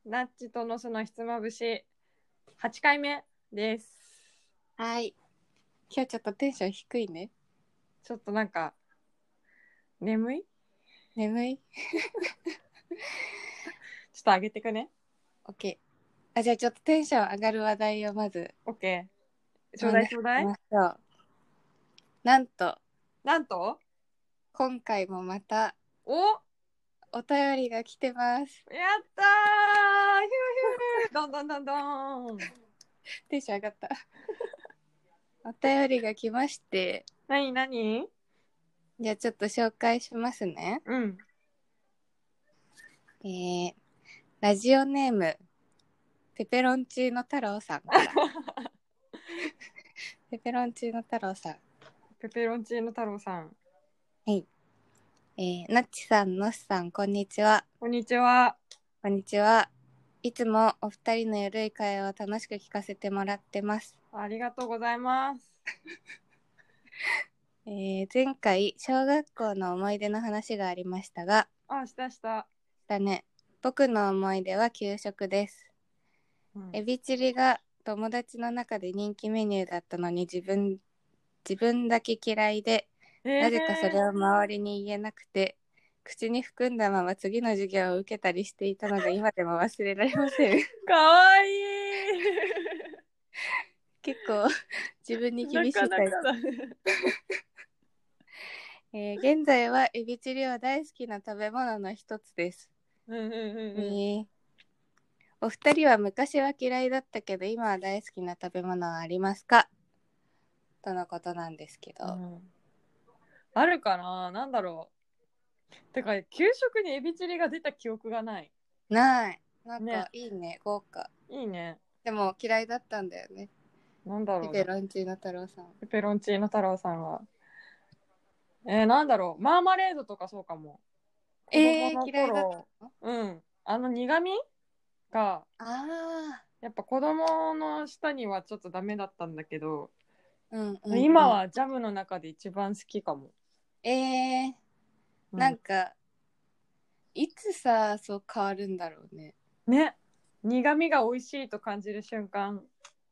ナッチとノスのひつまぶし8回目です。 はい。今日ちょっとテンション低いね。 ちょっとなんか眠い？ 眠い？ ちょっと上げてくね。 OK。じゃあちょっとテンション上がる話題をまず OK。ちおょうだい話ししちょうだい。 ましょう。なんと、 なんと今回もまたおお便りが来てます。 やったー、ヒューヒュー、どんどんどんどん。 テンション上がった。お便りが来まして、 なになに？ じゃあちょっと紹介しますね。 うん。 ラジオネーム、ペペロンチーノ太郎さんから。ペペロンチーノ太郎さん。 ペペロンチーノ太郎さん。 はい。ナッチさん、ノスさん、こんにちは。 こんにちは。 こんにちは。いつもお二人のゆるい会話を楽しく聞かせてもらってます。 ありがとうございます。 前回小学校の思い出の話がありましたが、 した。 だね。僕の思い出は給食です。エビチリが友達の中で人気メニューだったのに自分だけ嫌いで、なぜかそれを周りに言えなくて、口に含んだまま次の授業を受けたりしていたのが今でも忘れられません。 かわいい。 結構自分に厳しいタイプ。 なかなかだね。 現在はエビチリは大好きな食べ物の一つです。お二人は昔は嫌いだったけど今は大好きな食べ物はありますか？とのことなんですけど、 あるかな。なんだろう。てか給食にエビチリが出た記憶がない。 ない。なんね。 かいいね、豪華。 いいね。 でも嫌いだったんだよね、 なんだろうな。 ペペロンチーノ太郎さん。 ペペロンチーノ太郎さんは。なんだろう。マーマレードとかそうかも。子供の嫌いだった頃、 の？ うん。あの苦味が、 あやっぱ子供の舌にはちょっとダメだったんだけど、 あ、うん今はジャムの中で一番好きかも。 なんかいつさそう変わるんだろうね。 ね。苦味が美味しいと感じる瞬間。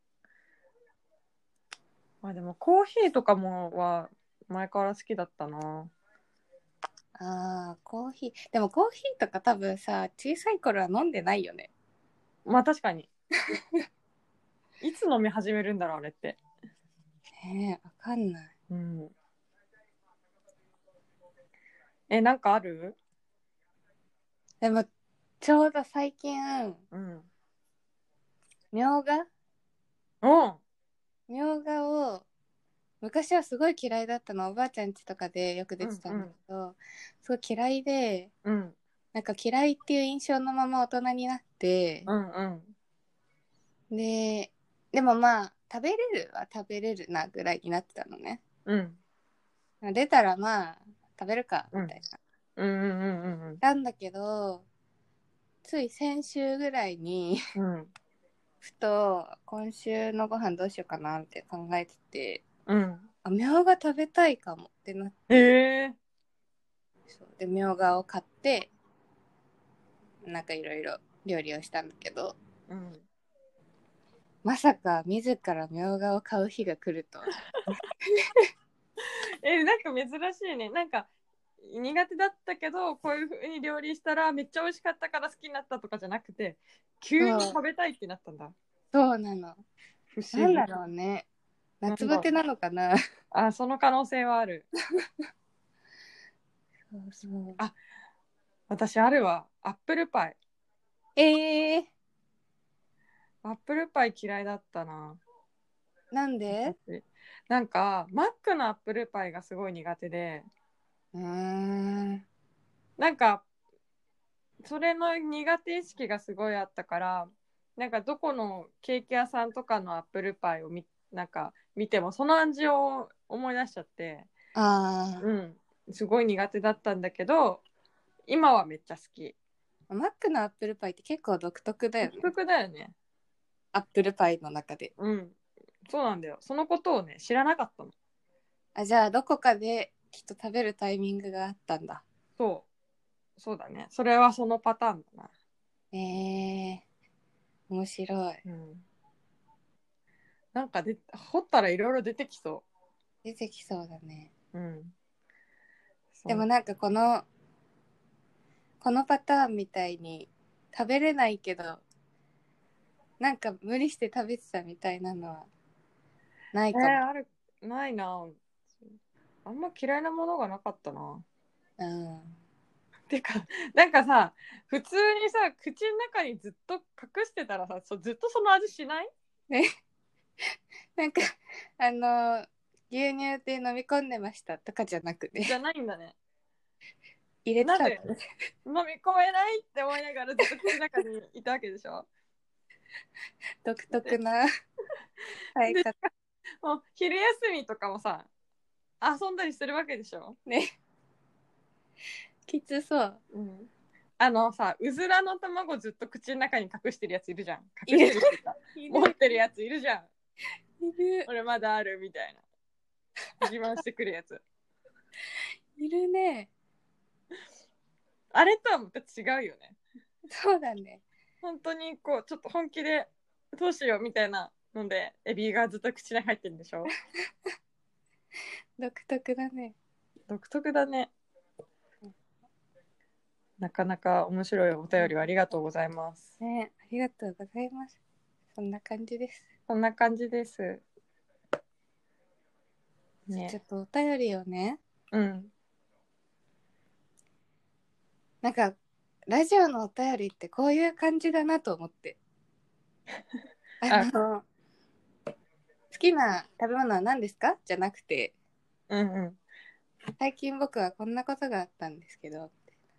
まあでもコーヒーとかもは前から好きだったな。 コーヒー。でもコーヒーとか多分さ、小さい頃は飲んでないよね。 まあ確かに。いつ飲み始めるんだろうあれって。 わかんない。 うん。なんかある？ でもちょうど最近、 うん。 みょうがうん。 みょうがを昔はすごい嫌いだったの。おばあちゃん家とかでよく出てたんだけど、すごい嫌いで、 うん。 なんか嫌いっていう印象のまま大人になって、 うんうん。 でもまあ食べれるは食べれるなぐらいになってたのね。 うん。 出たらまあ食べるかうん。 みたいな。 うんうんうんうんなんだけど、つい先週ぐらいにうん。 ふと今週のご飯どうしようかなって考えてて、 うん。 みょうが食べたいかもってなっへて、 え。 そうでみょうがを買ってなんかいろいろ料理をしたんだけど、 うん。 まさか自らみょうがを買う日が来るとは。 なんか珍しいね。なんか苦手だったけどこういう風に料理したらめっちゃ美味しかったから好きになったとかじゃなくて、急に食べたいってなったんだ。 そうなの。 不思議。 なんだろうね。夏バテなのかな。 あ、その可能性はある。 そうそう。 あ、私あるわ。アップルパイ。 えー、 アップルパイ嫌いだったな。 なんで？ 私なんかマックのアップルパイがすごい苦手で、 うーん。 なんかそれの苦手意識がすごいあったから、なんかどこのケーキ屋さんとかのアップルパイをなんか見てもその味を思い出しちゃって、 あすごい苦手だったんだけど、今はめっちゃ好き。 マックのアップルパイって結構独特だよね。 独特だよね。 アップルパイの中で。 うん。そうなんだよ。そのことをね、知らなかったの。 じゃあどこかできっと食べるタイミングがあったんだ。 そうだね。それはそのパターンだな。 面白い。 うん、なんか掘ったらいろいろ出てきそ出てきそうだね。 う。うん。 でもなんかこのパターンみたいに食べれないけど、なんか無理して食べてたみたいなのはないかも。 ないな。あんま嫌いなものがなかったな。 うん。 てか、なんかさ、普通にさ、口の中にずっと隠してたらさ、ずっとその味しない？ ね、なんか、牛乳って飲み込んでましたとかじゃなくて、 じゃないんだね。 入れてなんでたんだね。 飲み込めないって思いながらずっと口の中にいたわけでしょ。 独特な使いで、 方。 もう昼休みとかもさ、遊んだりするわけでしょ。 ね。きつそう。 うん。あのさ、うずらの卵ずっと口の中に隠してるやついるじゃん。 いる隠してるっていうか、 いる持ってるやついるじゃん。 いる俺まだあるみたいな。自慢してくるやつ。 いるね。 あれとはまた違うよね。 そうだね。 本当にこう、ちょっと本気でどうしようみたいなので、エビがずっと口に入ってるんでしょ。 独特だね。 独特だね。なかなか面白いお便りをありがとうございます。 ね、ありがとうございます。そんな感じです。 そんな感じです。 ちょね。 っとお便りをね、 うん。 なんか、ラジオのお便りってこういう感じだなと思って。 あ、 好きな食べ物は何ですかじゃなくて、 うんうん。 最近僕はこんなことがあったんですけど、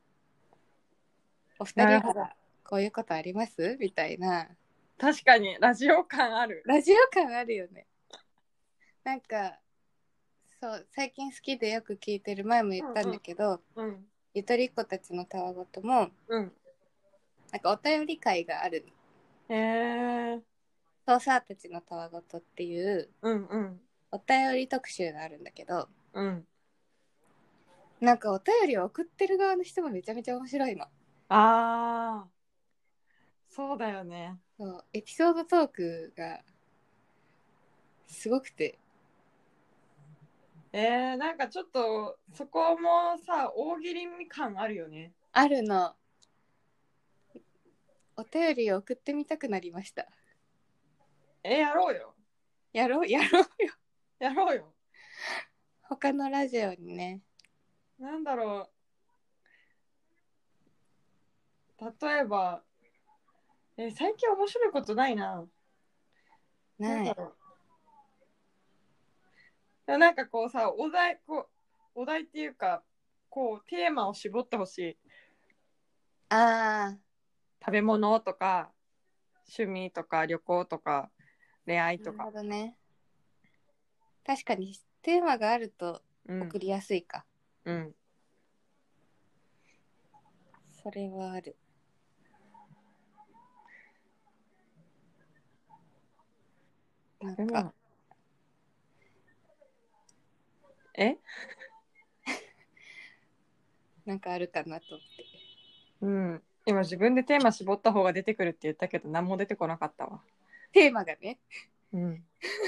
お二なるほど。 人はこういうことありますみたいな。 確かにラジオ感ある。 ラジオ感あるよね。なんか、そう、最近好きでよく聞いてる、前も言ったんだけど、 うんうん。 ゆとりっ子たちのたわごとも、 うん。 なんかお便り会がある。 へえ。 ソーサーたちのたわごとっていううんうん。 お便り特集があるんだけど、 うん。 なんかお便りを送ってる側の人もめちゃめちゃ面白いの。 ああ、そうだよね。 そう、エピソードトークがすごくて。 なんかちょっとそこもさ、大喜利感あるよね。 あるの。お便りを送ってみたくなりました。 やろうよ。 やろうやろうよ。 やろうよ。 他のラジオにね。 なんだろう。例えば、最近面白いことないな。なんない。 だろう。でもなんかこうさ、お題っていうか、こう、テーマを絞ってほしい。 あ食べ物とか、趣味とか、旅行とか、恋愛ー、なるほとか。 どね。確かにテーマがあるとうん。 送りやすいか。 うん。 それはある。なんか、 食べ物。えなんかあるかなと思って。 うん。今自分でテーマ絞った方が出てくるって言ったけど、何も出てこなかったわ。 テーマがね。 うん。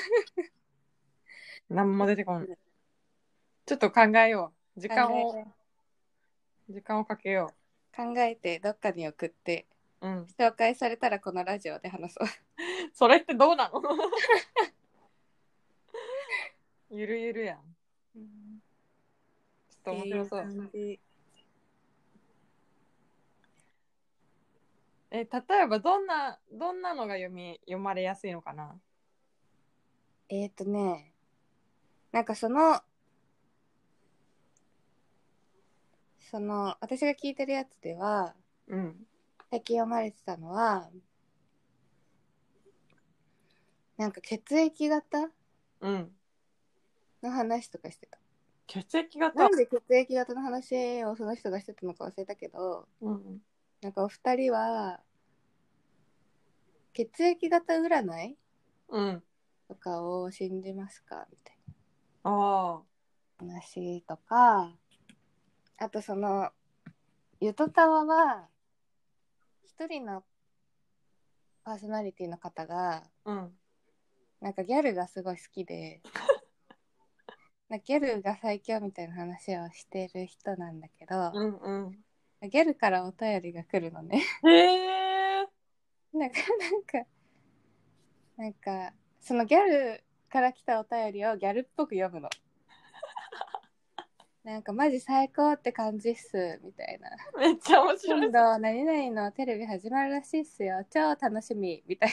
何も出てこん。ちょっと考えよう。 考え、 時間をかけよ考えてどっかに送ってう。うん。 紹介されたらこのラジオで話そう。 それってどうなの？ゆるゆるやん。 うん、っちょっとていう面白そう。 感じ。 例えばどんなのが読まれやすいのかな？ ね、なんか私が聞いてるやつでは、 うん。 最近読まれてたのは、なんか血液型うん。 の話とかしてた。 血液型。 なんで血液型の話をその人がしてたのか忘れたけど、 うん。 なんかお二人は血液型占いうん。 とかを信じますかみたいああ。 な話とか、あとゆとたわは一人のパーソナリティの方がうんなんかギャルがすごい好きでなんかギャルが最強みたいな話をしてる人なんだけど、 うんうんギャルからお便りが来るのねへえなんかそのギャルから来たお便りをギャルっぽく読むの。なんかマジ最高って感じっすみたいな。 めっちゃ面白い今度何々のテレビ始まるらしいっすよ超楽しみみたい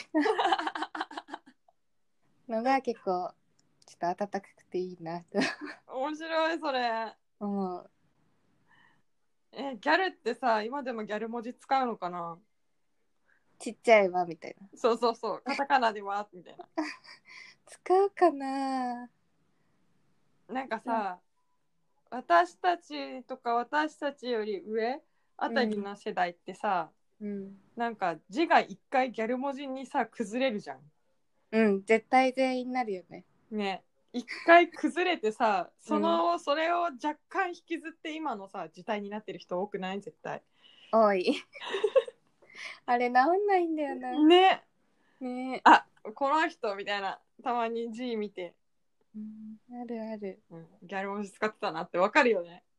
なのが結構ちょっと温かくていいなと面白いそれ。 思う。 ギャルってさ今でもギャル文字使うのかな。 ちっちゃいわみたいな。 そうそうそうカタカナではみたいな。 使うかな。 なんかさ、私たちとか私たちより上あたりの世代ってさ、なんか字が一回ギャル文字にさ崩れるじゃん。 絶対全員になるよね。 ね、一回崩れてさそれを若干引きずって今のさ時代になってる人多くない？絶対多いあれ治んないんだよな。 ね。 ね。 あ、この人みたいなたまに字見て、 あるある、 ギャル文字使ってたなってわかるよね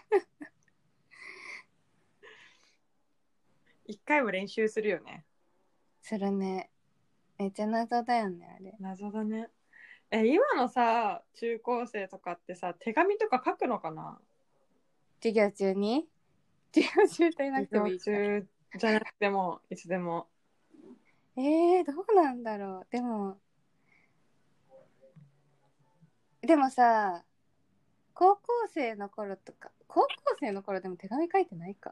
一回は練習するよね。 するね。めっちゃ謎だよねあれ。 謎だね。今のさ中高生とかってさ手紙とか書くのかな？ 授業中に授業中といなくてもいいから。 授業中じゃなくてもいつでも。 どうなんだろう。でもさ、高校生の頃とか、高校生の頃でも手紙書いてないか。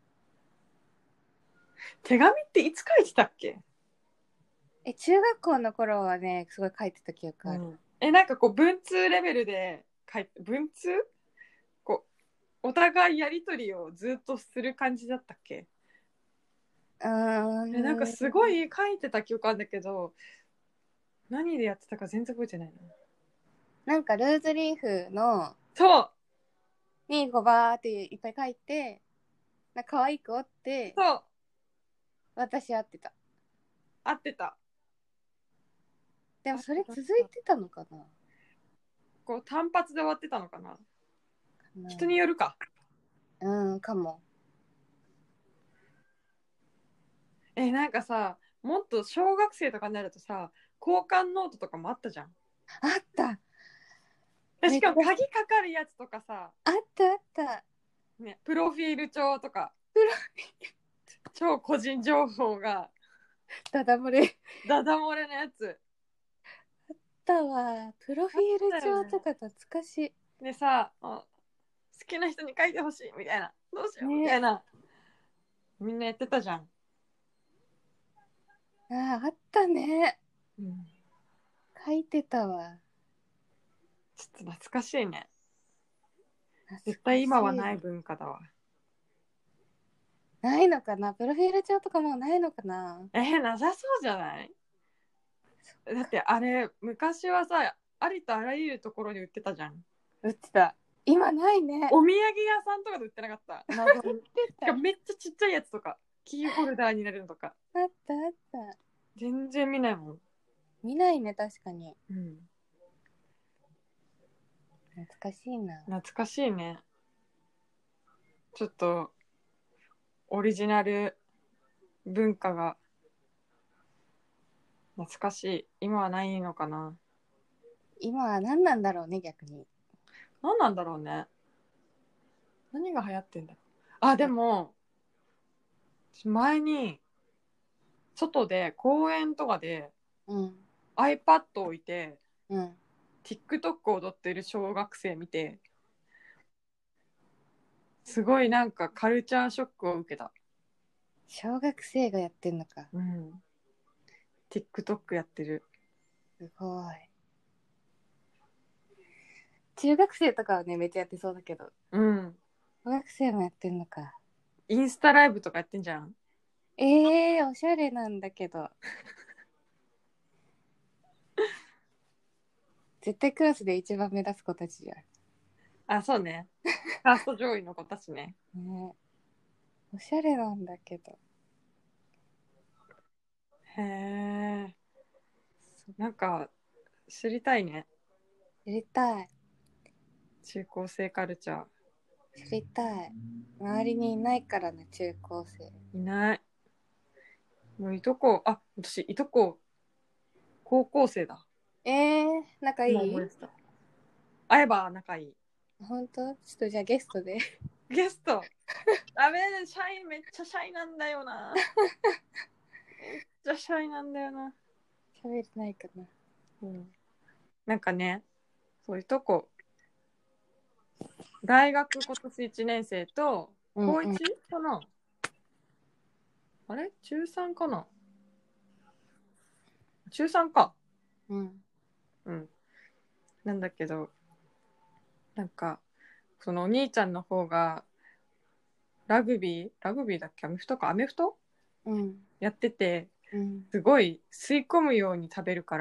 手紙っていつ書いてたっけ？ 中学校の頃はね、すごい書いてた記憶ある。 なんかこう文通レベルで文通こうお互いやりとりをずっとする感じだったっけ？なんかすごい書いてた記憶あるんだけど何でやってたか全然覚えてないな。なんかルーズリーフのそうにこうバーっていっぱい書いて、なんか可愛く折ってそう私会ってた。 合ってた。 でもそれ続いてたのかな。 こう単発で終わってたのかな。人によるか。 かも。 なんかさもっと小学生とかになるとさ交換ノートとかもあったじゃん。 あった。 しかも鍵かかるやつとかさあったあった、 ね、プロフィール帳とか超個人情報がダダ漏れダダ漏れのやつあったわ。プロフィール帳とか懐かしい。 でさ好きな人に書いてほしいみたいなどうしようみたいな、みんなやってたじゃん。 あったね、書いてたわ。 ちょっと懐かしいね。絶対今はない文化だわ。 ないのかな。プロフィール帳とかもうないのかな。 なさそうじゃない？だってあれ昔はさありとあらゆるところに売ってたじゃん。 売ってた。今ないね。 お土産屋さんとかで売ってなかった？ 売ってた。 めっちゃちっちゃいやつとかキーホルダーになるのとかあったあった。 全然見ないもん。 見ないね、確かに。懐かしいな。 懐かしいね。ちょっとオリジナル文化が懐かしい。今はないのかな。 今は何なんだろうね、逆に。 何なんだろうね。何が流行ってんだろう。あ、でも前に外で公園とかで、iPad 置いて、TikTok を踊ってる小学生見てすごいなんかカルチャーショックを受けた。 小学生がやってんのか。 TikTok やってる。 すごい。中学生とかはねめっちゃやってそうだけど、小学生もやってんのか。 インスタライブとかやってんじゃん。 おしゃれなんだけど絶対クラスで一番目立つ子たちじゃん。 あ、そうね。ファースト上位の子たちね。 おしゃれなんだけど。 へえ。なんか知りたいね。 知りたい。 中高生カルチャー。 知りたい。周りにいないからね、中高生。 いない。もう私いとこ高校生だ。 仲いい？ 今思い出した。会えば仲いい。 本当？ちょっとじゃあゲストで。 ゲスト。ダメ、めっちゃシャイなんだよな。めっちゃシャイなんだよな。 喋れないかな。 うん。なんかね、そういうとこ、大学今年1年生と、高 1?、かな。あれ中3かな。中3か。 うん。 うん。なんだけど、なんか、そのお兄ちゃんの方が、ラグビーだっけ、アメフトか、アメフトうん。 やってて、 うん。 すごい吸い込むように食べるから、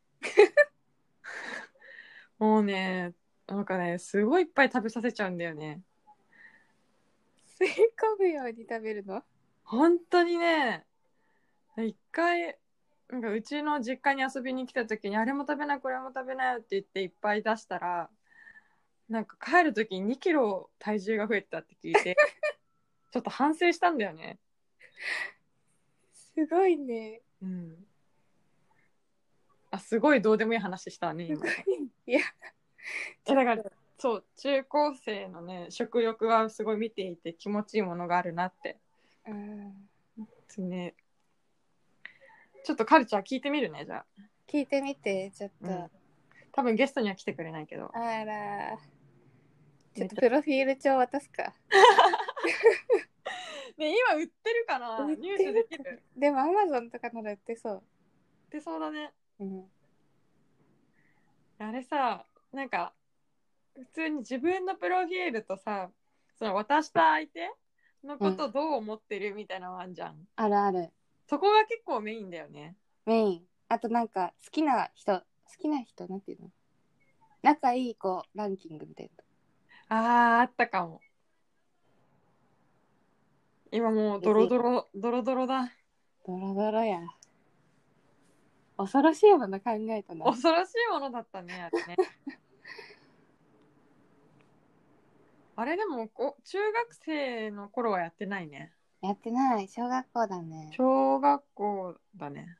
もうね、なんかね、すごいいっぱい食べさせちゃうんだよね。 吸い込むように食べるの？ 本当にね、一回、なんかうちの実家に遊びに来た時に、あれも食べない、これも食べないって言っていっぱい出したら、なんか帰る時に2キロ体重が増えてたって聞いて、ちょっと反省したんだよね。 すごいね。 うん。すごいどうでもいい話したね、今。 すごい。いや、 だから、そう、中高生のね、食欲はすごい見ていて気持ちいいものがあるなって。 うん。 ね、ちょっとカルチャー聞いてみるね、じゃあ。 聞いてみて、ちょっと。 うん。多分ゲストには来てくれないけど。 あら。ちょっとプロフィール帳渡すか。 ね、今売ってるかな、 売っ入手でてるかな。 きる？ でもアマゾンとかなら売ってそう。 売ってそうだね。 うん。 あれさ、なんか、普通に自分のプロフィールとさ、その渡した相手のことどう思ってるみたいなのあんじゃん。 あるある。 そこが結構メインだよね。 メイン。あとなんか、好きな人、なんていうの？仲いい子ランキングみたいあったかも。今もうな。 ドロドロだ。 ドロドロや。恐ろしいもの考えたな。 恐ろしいものだったね、あれね。あれでも中学生の頃はやってないね。 やってない。小学校だね。 小学校だね。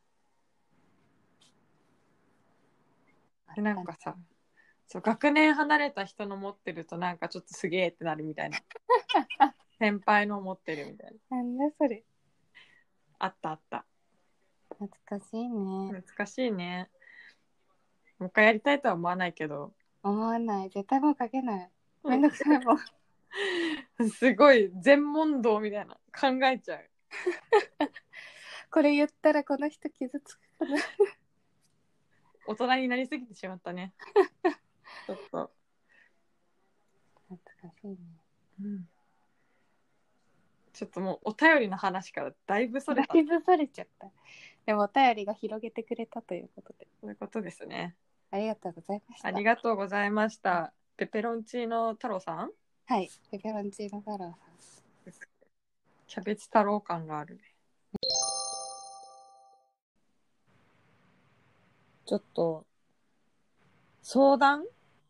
で、なんかさ、そう、学年離れた人の持ってるとなんかちょっとすげえってなるみたいな。先輩の持ってるみたいな。 なんだそれ。 あったあった。 懐かしいね。 懐かしいね。もう一回やりたいとは思わないけど。 思わない。絶対もう書けない。めんどくさいもん。 すごい全問答みたいな考えちゃう。 これ言ったらこの人傷つくかな。 大人になりすぎてしまったね。ちょっと。 懐かしいね。 うん、ちょっともうお便りの話からだいぶそれた。 だいぶそれちゃった。でもお便りが広げてくれたということで。 そういうことですね。 ありがとうございました。 ありがとうございました。ペペロンチーノ太郎さん？ はい。ペペロンチーノ太郎さん。 キャベツ太郎感があるね。ちょっと相談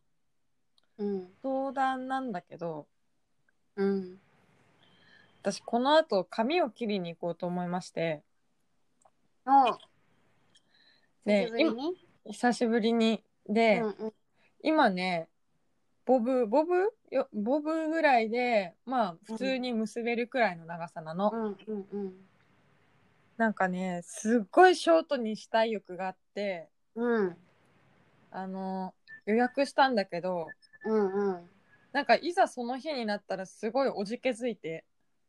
なんだけど、 うん。 私この後髪を切りに行こうと思いまして。 おう。久で、 しぶりに？ 久しぶりに。で、今ね、ボブぐらいで、まあ普通に結べるくらいの長さなの。なんかね、すっごいショートにしたい欲があって、予約したんだけど、なんかいざその日になったらすごいおじけづいて、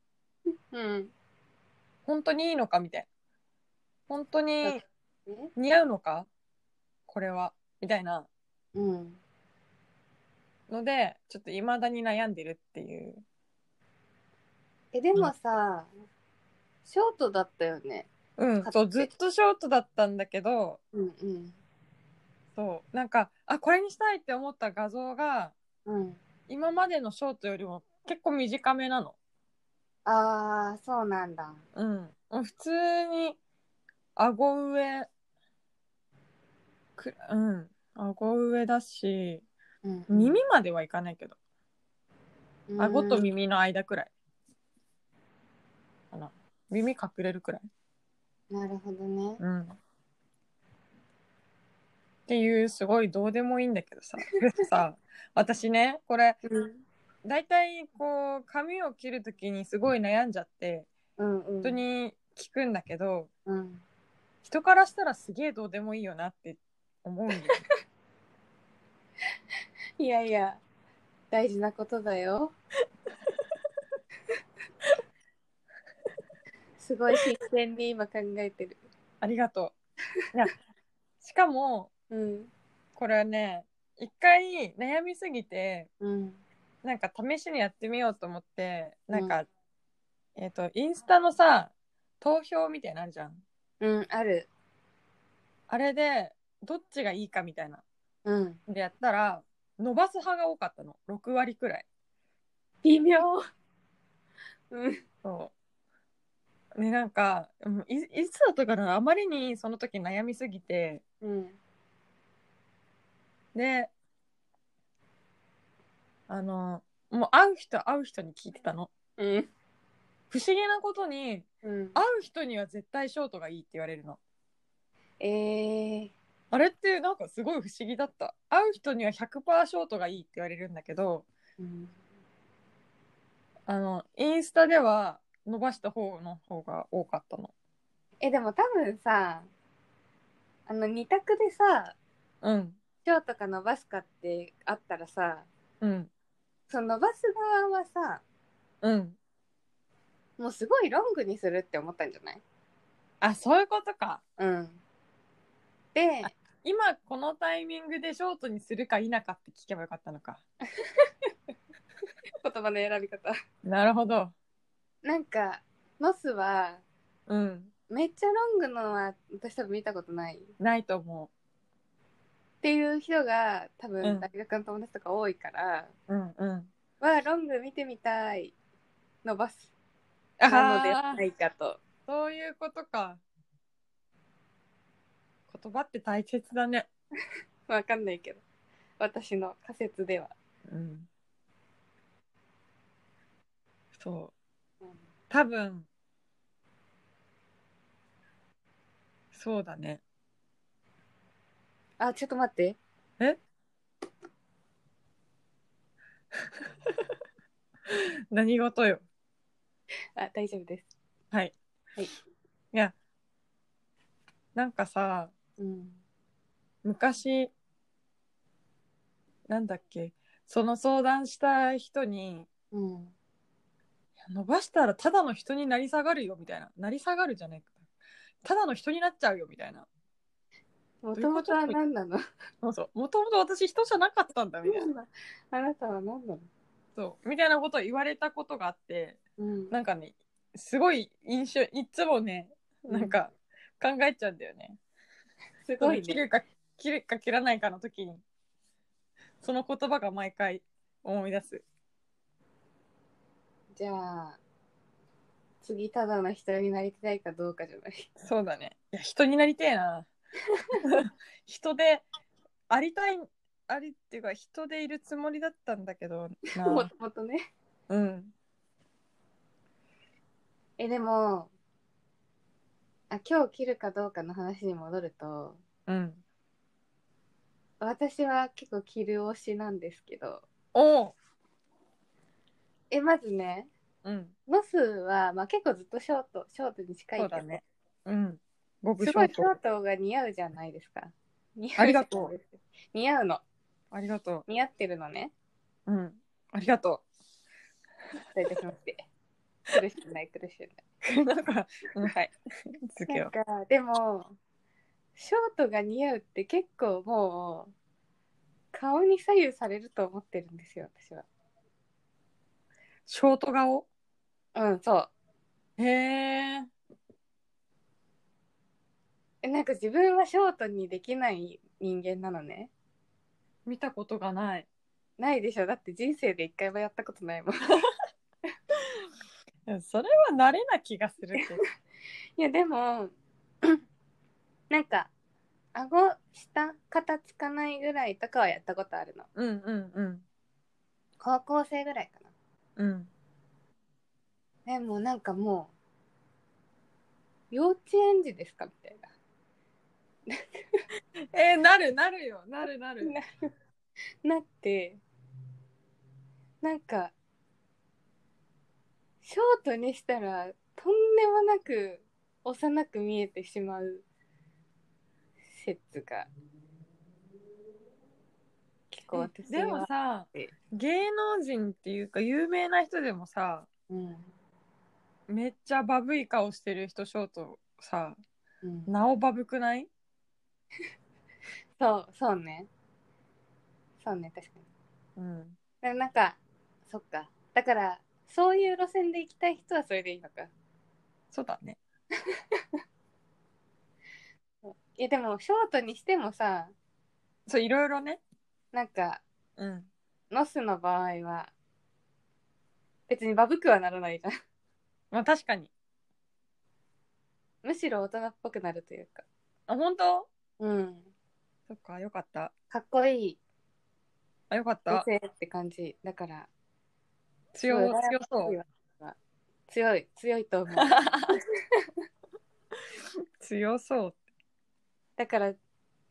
本当にいいのかみたいな。本当に似合うのかこれはみたいなので、ちょっと未だに悩んでるっていう。 でもさ、ショートだったよね。 そう、ずっとショートだったんだけど、そう、なんか、これにしたいって思った画像が、今までのショートよりも結構短めなの。 ああ、そうなんだ。 普通に顎上顎上だし、 うん耳まではいかないけど、 うん顎と耳の間くらいかな。耳隠れるくらい。 なるほどね。 っていうすごいどうでもいいんだけどさ。でさ、私ね、これだいたいこう髪を切るときにすごい悩んじゃって、人に聞くんだけど、人からしたらすげえどうでもいいよなって思うんだよ。 いやいや、大事なことだよ。すごい真剣に今考えてる。 ありがとう。いや、しかも、これはね、一回悩みすぎて、なんか試しにやってみようと思って、なんか、インスタのさ、投票みたいなのあるじゃん。 ある。 あれで、どっちがいいかみたいな。でやったら、伸ばす派が多かったの。6割くらい。 微妙。 そう。ね、なんか、いつだったかな、あまりにその時悩みすぎて、で、もう会う人に聞いてたの。不思議なことに、会う人には絶対ショートがいいって言われるの。あれってなんかすごい不思議だった。会う人には 100% ショートがいいって言われるんだけど、インスタでは伸ばした方の方が多かったの。 でも多分さ、二択でさ、ショートか伸ばすかってあったらさ、その伸ばす側はさ、もうすごいロングにするって思ったんじゃない？ あ、そういうことか。 で、 今このタイミングでショートにするか否かって聞けばよかったのか。 言葉の選び方。 なるほど。 なんか、ノスは、めっちゃロングのは私多分見たことない。 ないと思う。 っていう人が多分大学の友達とか多いから、ロング見てみたい。伸ばす。なのではないかと。 そういうことか。言葉って大切だね。 わかんないけど。私の仮説では。 そう。多分、そうだね。 あ、ちょっと待って。 え何事よ。 あ、大丈夫です。 はい。いや、なんかさ、昔、なんだっけ、その相談した人に、伸ばしたらただの人になり下がるよみたいな。なり下がるじゃないか。ただの人になっちゃうよみたいな。 もともとは何なの？ そうそう。もともと私人じゃなかったんだみたいな。 あなたは何なの？ そうみたいなことを言われたことがあって、なんかね、すごい印象、いつもね、なんか考えちゃうんだよね。 すごいね。 切るか切らないかの時に、その言葉が毎回思い出す。 じゃあ、次ただの人になりたいかどうかじゃない？ そうだね。いや、人になりたいな。人でありたい、ありっていうか、人でいるつもりだったんだけどな。 もともとね。でも、今日切るかどうかの話に戻ると、私は結構切る推しなんですけど、まずね、ノスは、結構ずっとショートに近いけど、 ね、 すごいショートが似合うじゃないですか。 ありがとう。 似合うの。 ありがとう。 似合ってるのね。 ありがとう。どういたしまして。苦しくない。 なんか、はい。 なんか、でも、ショートが似合うって結構もう、顔に左右されると思ってるんですよ、私は。 ショート顔？ そう。 へえ。なんか自分はショートにできない人間なのね。 見たことがない。 ないでしょ。だって人生で一回もやったことないもん。 それは慣れな気がするけど。 いや、でも、 なんか顎下肩つかないぐらいとかはやったことあるの。 うんうんうん。 高校生ぐらいかな。 うん。 でもなんかもう幼稚園児ですかみたいなるよ。なる。 ななってなんかショートにしたらとんでもなく幼く見えてしまう説が結構私でもはさ、芸能人っていうか有名な人でもさ、 うん、 めっちゃバブい顔してる人ショートさ、 うん、 なおバブくない？ そうね確かに。 うん。 なんかそっか、だからそういう路線で行きたい人はそれでいいのか。 そうだね。 いやでもショートにしてもさ、 そう、いろいろね。 なんかうん。 ノスの場合は別にバブくはならないじゃん。 まあ確かに。 むしろ大人っぽくなるというか。 あ、本当？ うん。 そっか、よかった。 かっこいいあ、よかった。 女性って感じ。だから、すごい羨ま強そう。 しいわ。強いと思う。 強そう。 だから、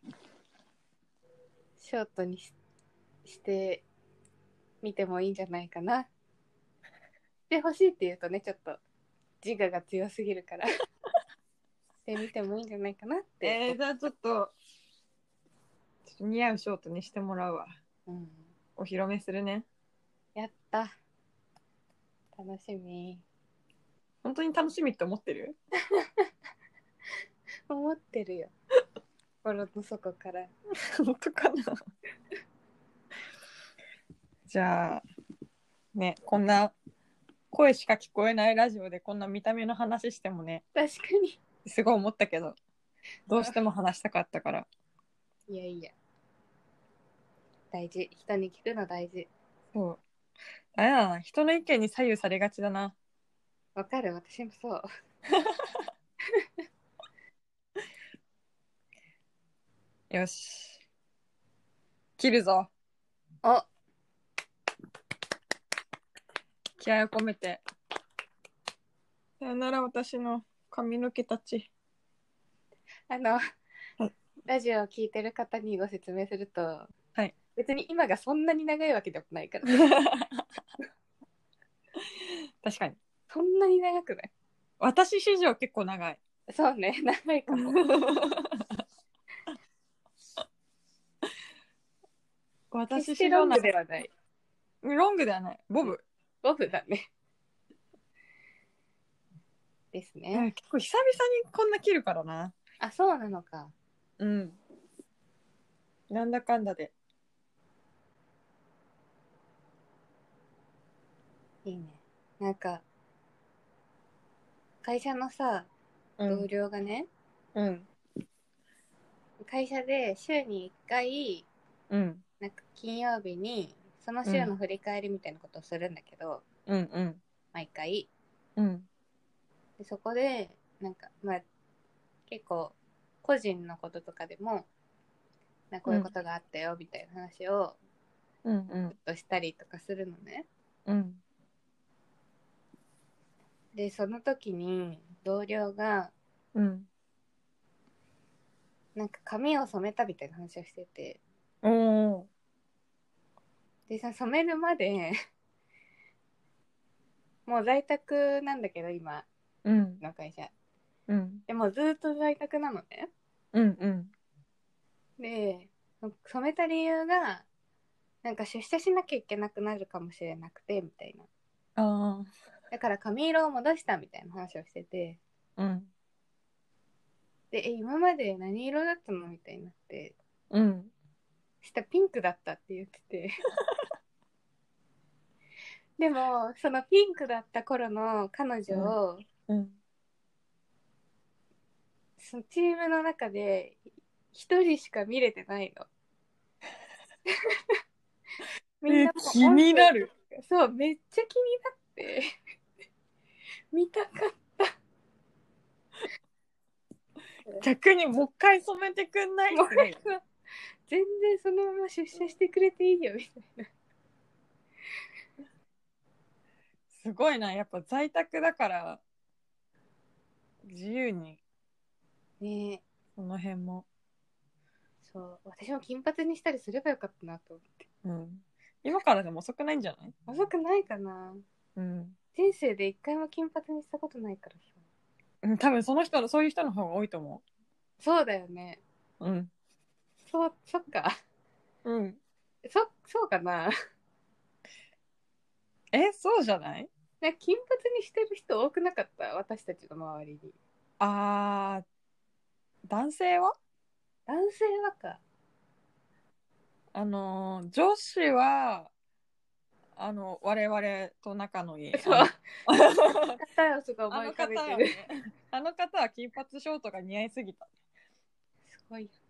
ショートにしてみてもいいんじゃないかな。してほしいって言うとね、ちょっと自我が強すぎるから、してみてもいいんじゃないかなって。 じゃあちょっと似合うショートにしてもらうわ。 うん。 お披露目するね。 やった。楽しみ。 本当に楽しみって思ってる？ 思ってるよ。心の底から。 本当かな。じゃあ、ね、こんな声しか聞こえないラジオでこんな見た目の話してもね、 確かに。 すごい思ったけど、どうしても話したかったから。 いやいや。大事。人に聞くの大事。 そう。あれだな、人の意見に左右されがちだな。 わかる、私もそう。 よし。切るぞ。 お、 気合を込めて。さよなら、私の髪の毛たち。 あの、 はい、 ラジオを聞いてる方にご説明すると、 はい。 別に今がそんなに長いわけでもないから。 確かに。 そんなに長くない？ 私史上結構長い。 そうね、長いかも。決私してロング史上長い。 ではない。 ロングではない。ボブ。 ボブだね。ですね。 結構久々にこんな切るからな。 あ、そうなのか。 うん。なんだかんだで。 いいね。なんか、会社のさ、同うん。 僚がね、 うん。 会社で週に1回、 うん。 なんか金曜日に、その週の振り返りみたいなことをするんだけど、 うん。うん。 毎回。 うん。 でそこで、なんか、まあ、結構、個人のこととかでも、こういうことがあったよ、みたいな話を、 うん。うん。 ちょっとしたりとかするのね。 うん。 で、その時に、同僚が、 うん。 なんか髪を染めたみたいな話をしてて、 おー。 でさ、染めるまでもう在宅なんだけど、今うん。 の会社。 うん。 でもずっと在宅なのね。 うん。うん。 で、染めた理由が、なんか出社しなきゃいけなくなるかもしれなくて、みたいな。 あだから髪色を戻したみたいな話をしてて、 あ。うん。 で、今まで何色だったのみたいになって、 うん。 下ピンクだったって言ってて。でも、そのピンクだった頃の彼女を、 うん。 そのチームの中で一人しか見れてないの。みんなもう気になる。 そう、めっちゃ気になって見たかった。 逆にもう一回染めてくんない？ もう全然そのまま出社してくれていいよみたいな。 すごいな、やっぱ在宅だから自由にねえ、 その辺も。 そう、私も金髪にしたりすればよかったなと思って。 うん。今からでも遅くないんじゃない？ 遅くないかな。 うん。 人生で一回も金髪にしたことないからさ。 うん、多分そういう人の方が多いと思そうだよね。 う。うん。 そっか。 うん。 そうかな。 そうじゃない？ なんか金髪にしてる人多くなかった？私たちの周りに。 あ男性は男性はか。 女子は、我々と仲のいい、 そう。方よ、すごい思い浮かべてる。 はね、あの方は金髪ショートが似合いすぎた。 すごいよ。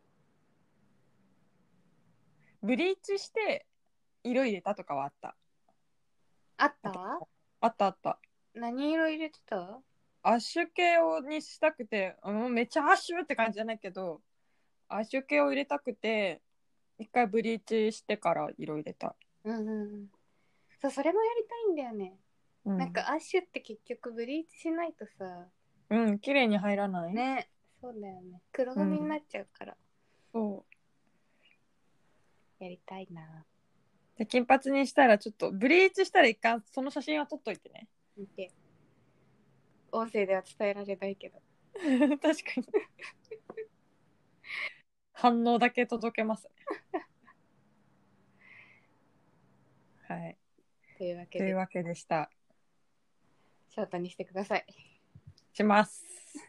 ブリーチして色入れたとかはあった。 あった？ あったあった。 何色入れてた？ アッシュ系にしたくて、めっちゃアッシュって感じじゃないけど、アッシュ系を入れたくて、一回ブリーチしてから色入れた。 うんうん。そう、それもやりたいんだよね。 うん、 なんかアッシュって結局ブリーチしないとさ、 うん、綺麗に入らない。 ね、そうだよね。黒髪になっちゃうから、 そう。 やりたいな。 で、金髪にしたらちょっと、ブリーチしたら一回その写真は撮っといてね。 見て。音声では伝えられないけど。 確かに。反応だけ届けますね。はい。 というわけで、 というわけでした。 ショートにしてください。 します。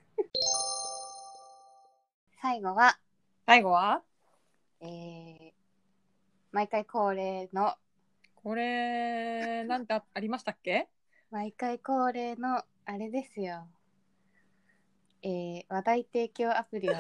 最後は、 最後は毎回恒例の、 これ、なんてありましたっけ？ 毎回恒例の、あれですよ。話題提供アプリを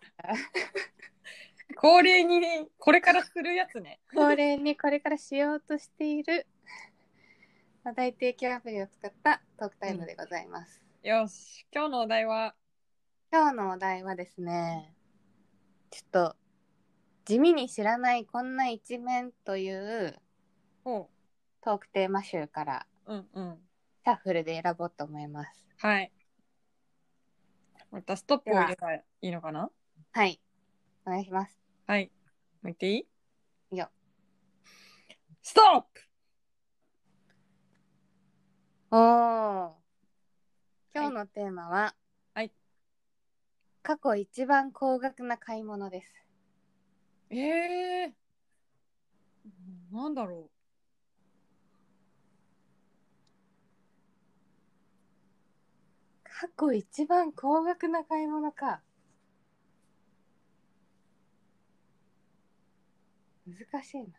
恒例に、これからするやつね。 恒例にこれからしようとしている話題提供アプリを使ったトークタイムでございます。 よし、今日のお題は、 今日のお題はですね、ちょっと地味に知らないこんな一面というほトークテーマ集からうんうん。 シャッフルで選ぼうと思います。 はい。またストッでは、 プを入れたらいいのかな？ はい、お願いします。 はい。もう言っていい？ いいよ。 ストップ。 おー。今日のテーマは、 はい。 過去一番高額な買い物です。 なんだろ過去一番高額な買い物か。難しいな。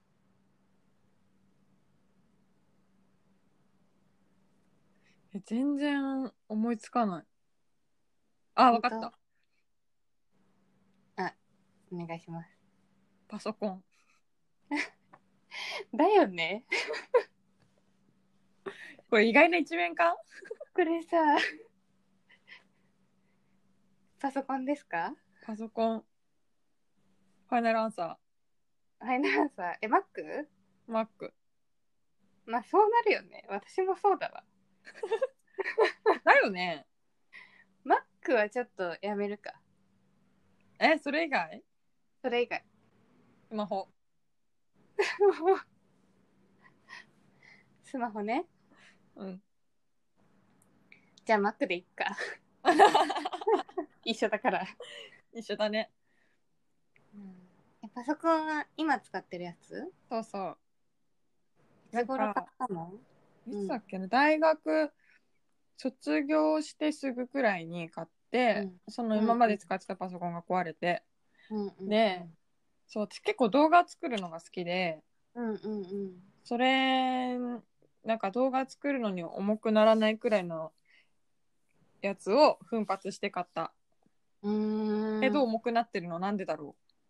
全然思いつかない。あ、わかった。 あ、お願いします。 パソコン。 だよね。 これ意外な一面か？ これさ、パソコンですか？ パソコン。ファイナルアンサはい、なんさ、Mac？ ー。Mac。 まあそうなるよね。私もそうだわ。 だよね。 Mac はちょっとやめるか。 それ以外？ それ以外。 スマホ。 スマホね。 うん。 じゃあ Mac でいっか。一緒だから。 一緒だね。 パソコンは今使ってるやつ？ そうそう。 いつ頃買ったの？ いつだっけな、大学卒業してすぐくらいに買って、その今まで使ってたパソコンが壊れて、で、そう、私結構動画作るのが好きで、それ、なんか動画作るのに重くならないくらいのやつを奮発して買った。けど重くなってるのなんでだろ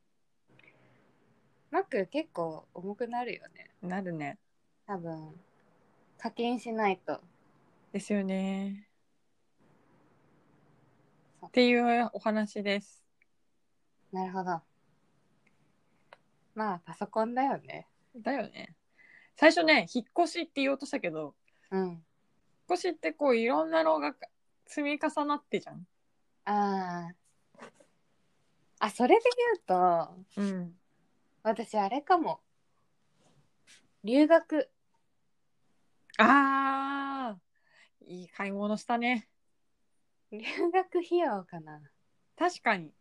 Mac 結構重くなるよね。 なるね。 多分。課金しないと。 ですよね。 っていうお話です。 なるほど。まあパソコンだよね。 だよね。最初ね、引っ越しって言おうとしたけど、 うん。 引っ越しってこういろんなのが積み重なってじゃん。 それで言うと、 うん。 私あれかも。留学。 あー、いい買い物したね。 留学費用かな。 確かに。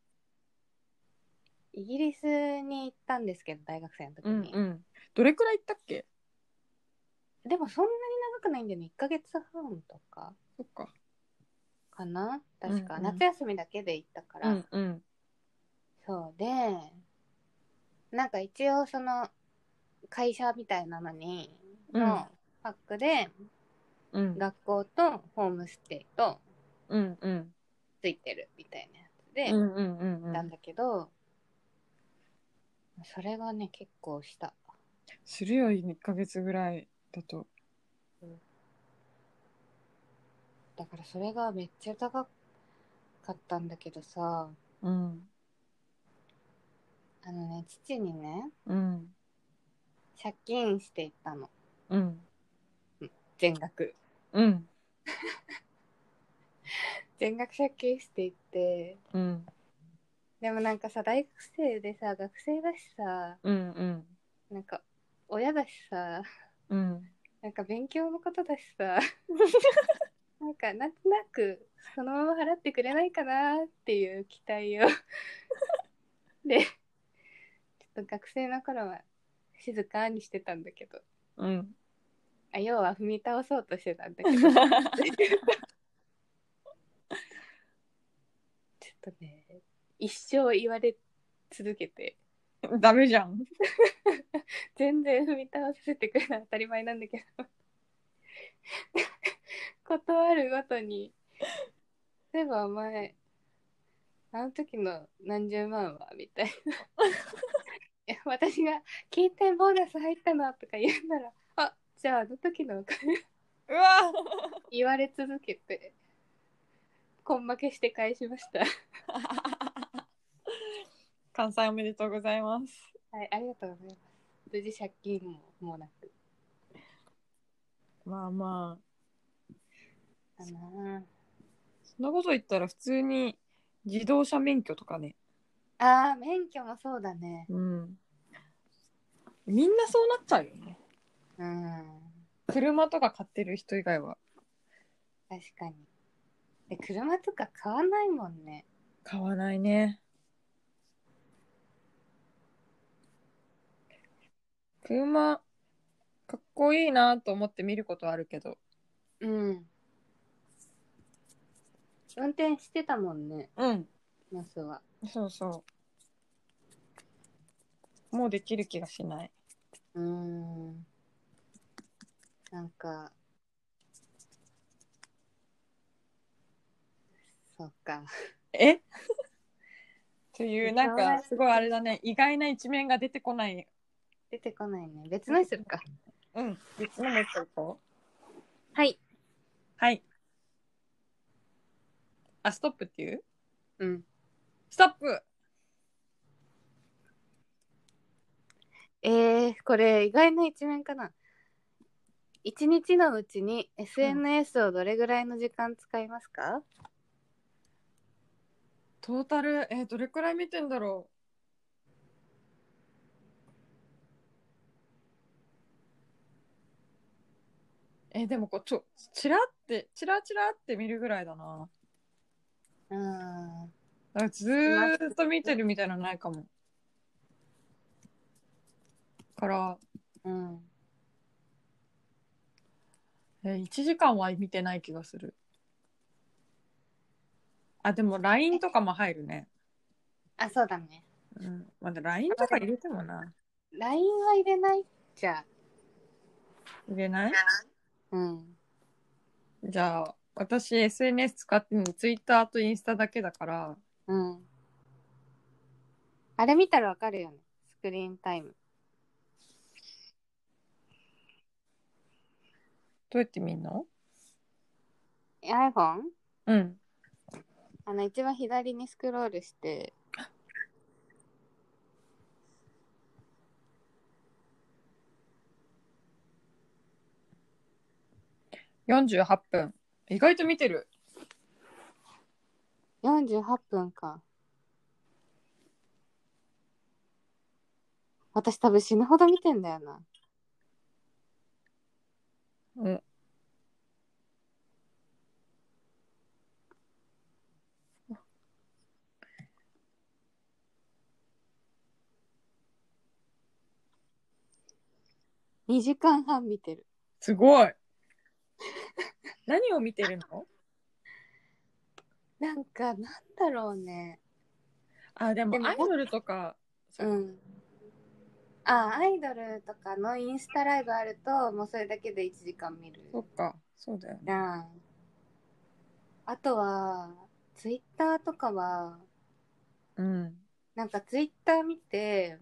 イギリスに行ったんですけど、大学生の時うんに。 うん。どれくらい行ったっけ？ でもそんなに長くないんだよね。1ヶ月半とかそっか。 かな確か。 うんうん夏休みだけで行ったかうら。 んうん。 そうで、なんか一応その会社みたいなのに、のパックで、学校とホームステイとうんうんついてるみたいなやつでうんうんうんうん。 行ったんだけど、それがね、結構した。 するよ、1ヶ月ぐらいだと。 だからそれがめっちゃ高かったんだけどさ、 うん。 父にね、 うん。 借金していったの。 うん。 全額。 うん。 全額借金していって、 うん。 でもなんかさ、大学生でさ、学生だしさ、 うん。 なんか親だしさ、 うん。 なんか勉強のことだしさ、なんかなんとなくそのまま払ってくれないかなっていう期待をで、ちょっと学生の頃は静かにしてたんだけど、 うん。 要は踏み倒そうとしてたんだけど、ちょっとね、一生言われ続けて、 ダメじゃん。 全然踏み倒させてくれない当たり前なんだけど、断るごとに、例えばお前、あの時の何十万はみたいな。私が金銭ボーナス入ったのとか言うなら、じゃああの時のお金うわ言われ続けて、根負けして返しました。 関西おめでとうございます。 はい、ありがとうございます。無事借金もなく。 まあまあ、 だなそんなこと言ったら普通に自動車免許とかね。 免許もそうだね。 うん。みんなそうなっちゃうよね。 うん。 車とか買ってる人以外は。 確かに。で、車とか買わないもんね。 買わないね。車、かっこいいなと思って見ることあるけど。 うん。運転してたもんね、 うん。 マスは。 そうそう。もうできる気がしない。 なんか、そうか。 えという、なんか、 将来すごいあれだね。意外な一面が出てこない。 出てこないね。別のにするか。 うん。別のもう一個いこう。 はい。 はい。あ、ストップっていううん。 ストップ。 これ意外な一面かな。一日のうちにうん、 SNS をどれぐらいの時間使いますか？ トータル、どれくらい見てんだろう。でもこう、チラチラって見るぐらいだな。 うーん。 だからずスマーっと見てるみたいなのないかも。から、 うん。 1時間は見てない気がする。あ、でも LINE とかも入るね。 そうだね。 うん。まだ LINE とか入れてもな。 LINE は入れないじゃ入れないうん。 じゃあ、私 SNS 使ってるの Twitter とインスタだけだから、 うん。あれ見たらわかるよね。スクリーンタイム。 どうやって見んの？ iPhone？ うん。 一番左にスクロールして、 48分。意外と見てる。 48分か。私多分死ぬほど見てんだよな。 うん。 2時間半見てる。 すごい。何を見てるの？ なんか、なんだろうね。 でもアイドルとか。 うん。アイドルとかのインスタライブあると、もうそれだけで1時間見る。 そっか、そうだよね。 あとは、ツイッターとかは、なんかツイッター見て、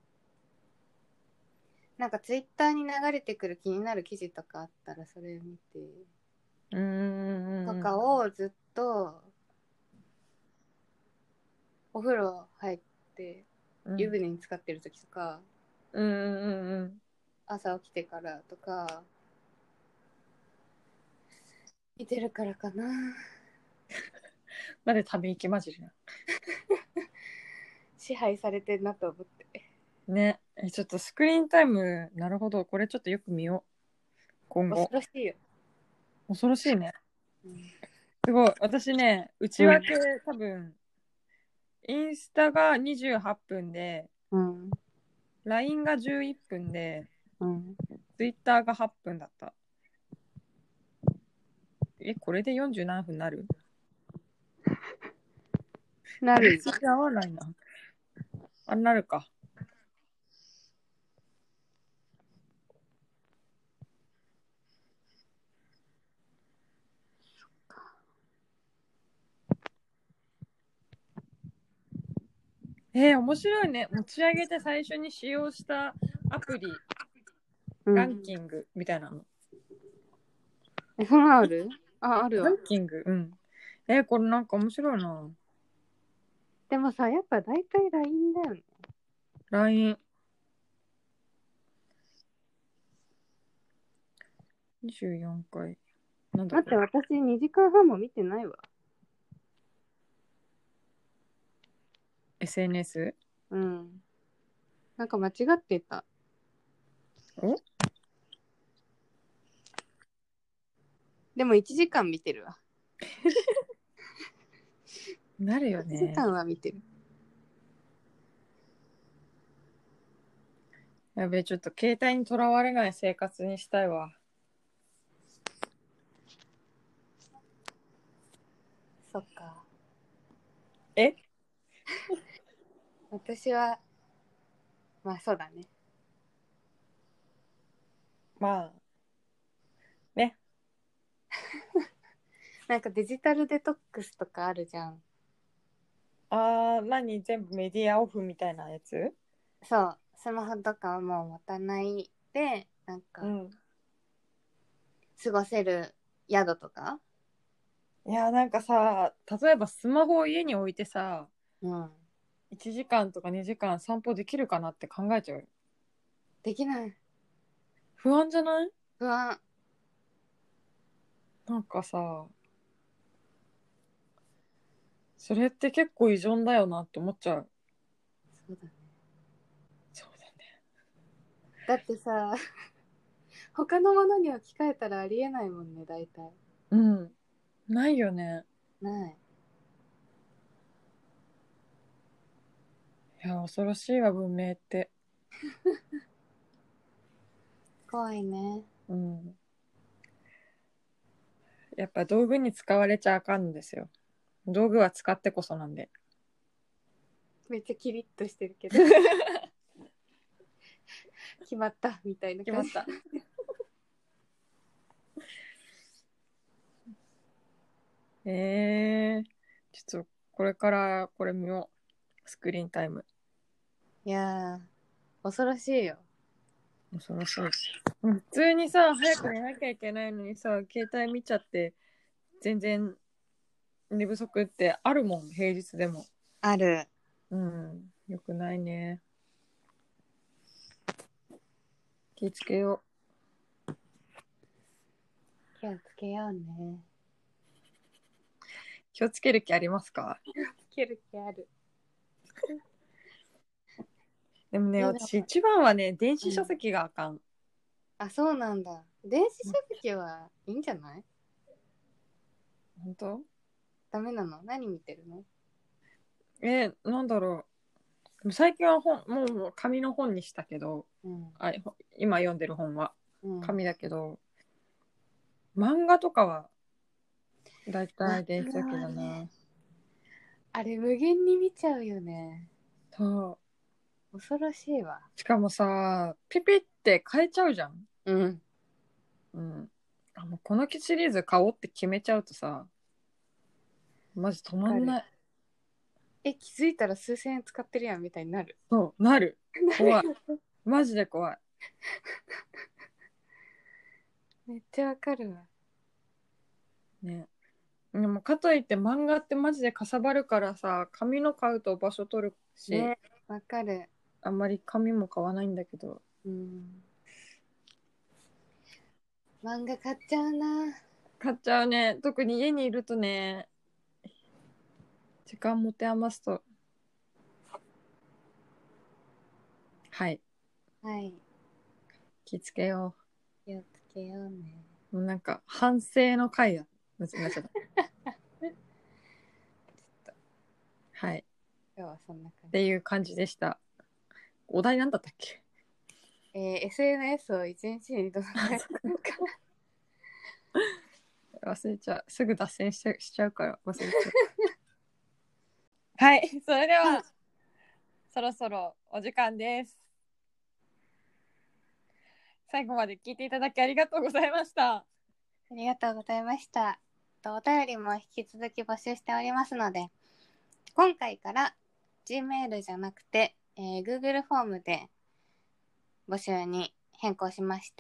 なんかツイッターに流れてくる気になる記事とかあったらそれ見て、とかをずっとお風呂入って湯船に浸かってる時とか、朝起きてからとか見てるからかな。 までため息混じりな。 支配されてるなと思ってね。ちょっとスクリーンタイム、なるほど、これちょっとよく見よう、今後。 恐ろしいよ。 恐ろしいね。すごい。私ね、内訳、多分インスタが28分で、LINE が11分で、Twitter が8分だった。これで40何分なる？ なる。 合わないな。なるか。面白いね。持ち上げて最初に使用したアプリ、ランキングみたいなの。 そんなある？あるわ。 ランキング、これなんか面白いな。 でもさ、やっぱ大体 LINE だよね。 LINE。24回。なんだ待って、私2時間半も見てないわ。 SNS？ なんか間違ってた。でも1時間見てるわ。 なるよね。 1時間は見てる。 やべえ、ちょっと携帯にとらわれない生活にしたいわ。 そっか。私は、まあそうだね。 まあ、ね。 なんかデジタルデトックスとかあるじゃん。 何？全部メディアオフみたいなやつ？ そう。スマホとかはもう持たないで、なんか、過ごせる宿とか。 いや、なんかさ、例えばスマホを家に置いてさ、 1 時間とか2時間散歩できるかなって考えちゃう。 できない。 不安じゃない？ 不安。 なんかさ、それって結構依存だよなって思っちゃう。 そうだね。 そうだね。 だってさ、他のものに置き換えたらありえないもんね、大体。 ないよね。 ない。 いや、恐ろしいわ、文明って。 怖いね。 やっぱ道具に使われちゃあかんんですよ。道具は使ってこそなんで。 めっちゃキリッとしてるけど。決まったみたいな感じ。 決まった。ちょっとこれからこれ見よう。スクリーンタイム。 いやー、恐ろしいよ。 恐ろしい。普通にさ、早く寝なきゃいけないのにさ、携帯見ちゃって、全然寝不足ってあるもん、平日でも。 ある。 よくないね。気をつけよ気をつけようね。 気をつける気ありますか？ つける気ある。 でもね、私一番はね、電子書籍があかん。 あ、そうなんだ。電子書籍はいいんじゃない？ 本当？ ダメなの？何見てるの？ なんだろう。でも最近はもう紙の本にしたけど、今読んでる本は紙だけど、漫画とかはだいたい電子書籍だな。 あれ無限に見ちゃうよね。 そう。 恐ろしいわ。 しかもさ、ピピって変えちゃうじゃん。 うん。 もうこのシリーズ買おうって決めちゃうとさ、マジ止まんない。 気づいたら数千円使ってるやんみたいになる。 そう、なる。怖い。マジで怖い。 めっちゃわかるわ。 ね。でもかといって漫画ってマジでかさばるからさ、紙の買うと場所取るし、 ね、わかる。 あんまり紙も買わないんだけど。 漫画買っちゃうな。 買っちゃうね。特に家にいるとね、時間持て余すと。はい。 はい。 気つけよ気をつけようね。 う。もうなんか反省の回だ。なっちゃった。はい。 今日はそんな感じ。 っていう感じでした。お題なんだったっけ ？SNS を一日にどのくらい忘れちゃう。すぐ脱線しちゃうから忘れちゃう。はい。それでは、そろそろお時間です。最後まで聞いていただきありがとうございました。 ありがとうございました。お便りも引き続き募集しておりますので、今回から Gmail じゃなくて、Google フォームで募集に変更しまして、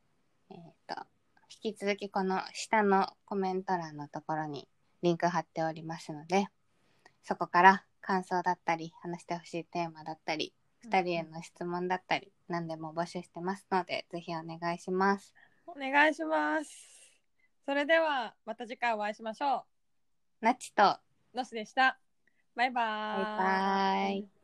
引き続きこの下のコメント欄のところにリンク貼っておりますので、そこから感想だったり話してほしいテーマだったり2人への質問だったり何でも募集してますので、ぜひお願いします。 お願いします。それではまた次回お会いしましょう。 なっちとのしでした。バイバーイ。 バイバーイ。